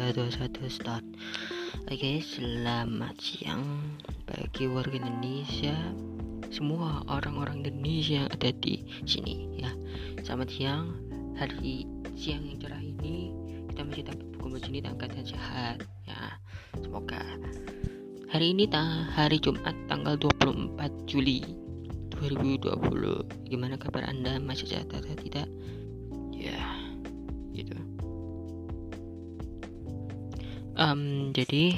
3, 2, 1 start. Oke, selamat siang bagi warga Indonesia, semua orang-orang Indonesia yang ada di sini ya. Selamat siang. Hari siang yang cerah ini kita masih dapat buku sini dalam keadaan sehat ya. Semoga hari ini hari Jumat tanggal 24 Juli 2020. Gimana kabar Anda? Masih sehat atau tidak? Ya, gitu. Jadi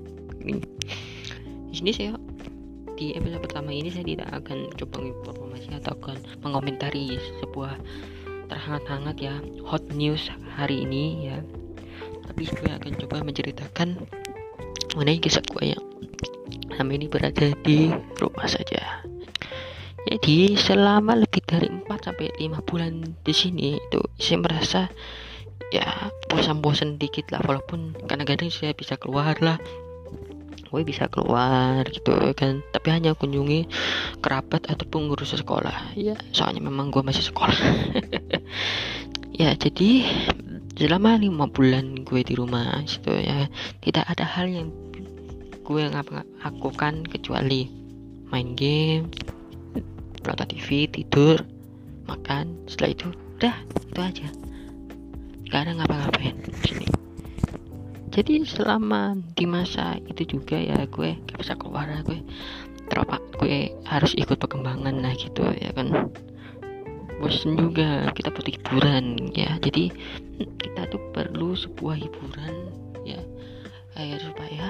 di sini saya di episode pertama ini saya tidak akan coba informasi atau akan mengomentari sebuah terhangat-hangat ya hot news hari ini ya, tapi gue akan coba menceritakan mengenai kisah gue yang selama ini berada di rumah saja. Jadi selama lebih dari 4-5 bulan di sini itu saya merasa ya bosan-bosan dikit lah, walaupun kadang-kadang saya bisa keluar lah, gue bisa keluar gitu kan, tapi hanya kunjungi kerabat ataupun guru sekolah ya, soalnya memang gue masih sekolah. Ya, jadi selama 5 bulan gue di rumah gitu ya, tidak ada hal yang gue lakukan kecuali main game, nonton TV, tidur, makan. Setelah itu udah itu aja, gak ada ngapa-ngapain sini. Jadi selama di masa itu juga ya gue gak bisa keluar, gue harus ikut perkembangan lah gitu ya kan. Bosen juga, kita butuh hiburan ya. Jadi kita tuh perlu sebuah hiburan ya, supaya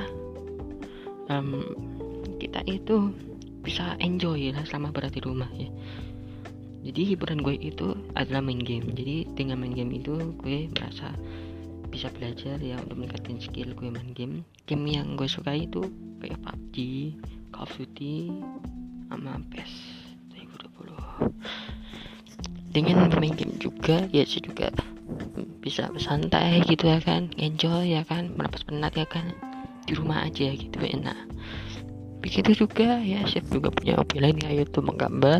kita itu bisa enjoy lah selama berada di rumah ya. Jadi hiburan gue itu adalah main game. Jadi dengan main game itu gue merasa bisa belajar ya untuk meningkatkan skill gue main game. Game yang gue suka itu kayak PUBG, Call of Duty, sama PES 2020. Dengan main game juga ya saya juga bisa santai gitu ya kan, enjoy ya kan, melepas penat ya kan, di rumah aja gitu enak. Begitu juga ya, saya juga punya hobi lain yaitu menggambar.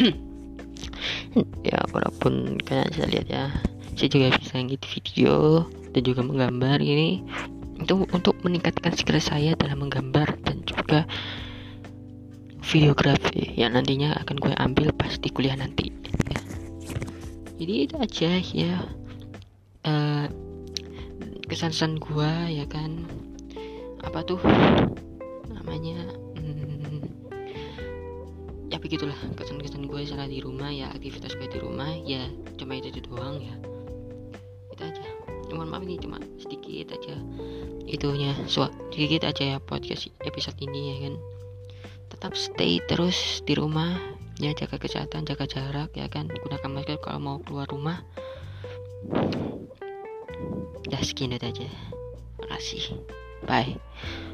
Ya walaupun kayak saya lihat ya, saya juga bisa ngedit video dan juga menggambar ini itu untuk meningkatkan skill saya dalam menggambar dan juga videografi yang nantinya akan gue ambil pas di kuliah nanti ya. Jadi itu aja ya kesan-kesan gue ya kan, apa tuh namanya, ya begitulah kesan-kesan gue setelah di rumah ya, aktivitas gue di rumah ya cuma itu doang ya. Itu aja, mohon maaf ini cuma sedikit aja itunya, sedikit aja ya podcast episode ini ya kan. Tetap stay terus di rumah ya, jaga kesehatan, jaga jarak ya kan, gunakan masker kalau mau keluar rumah. Dah sekian aja, makasih, bye.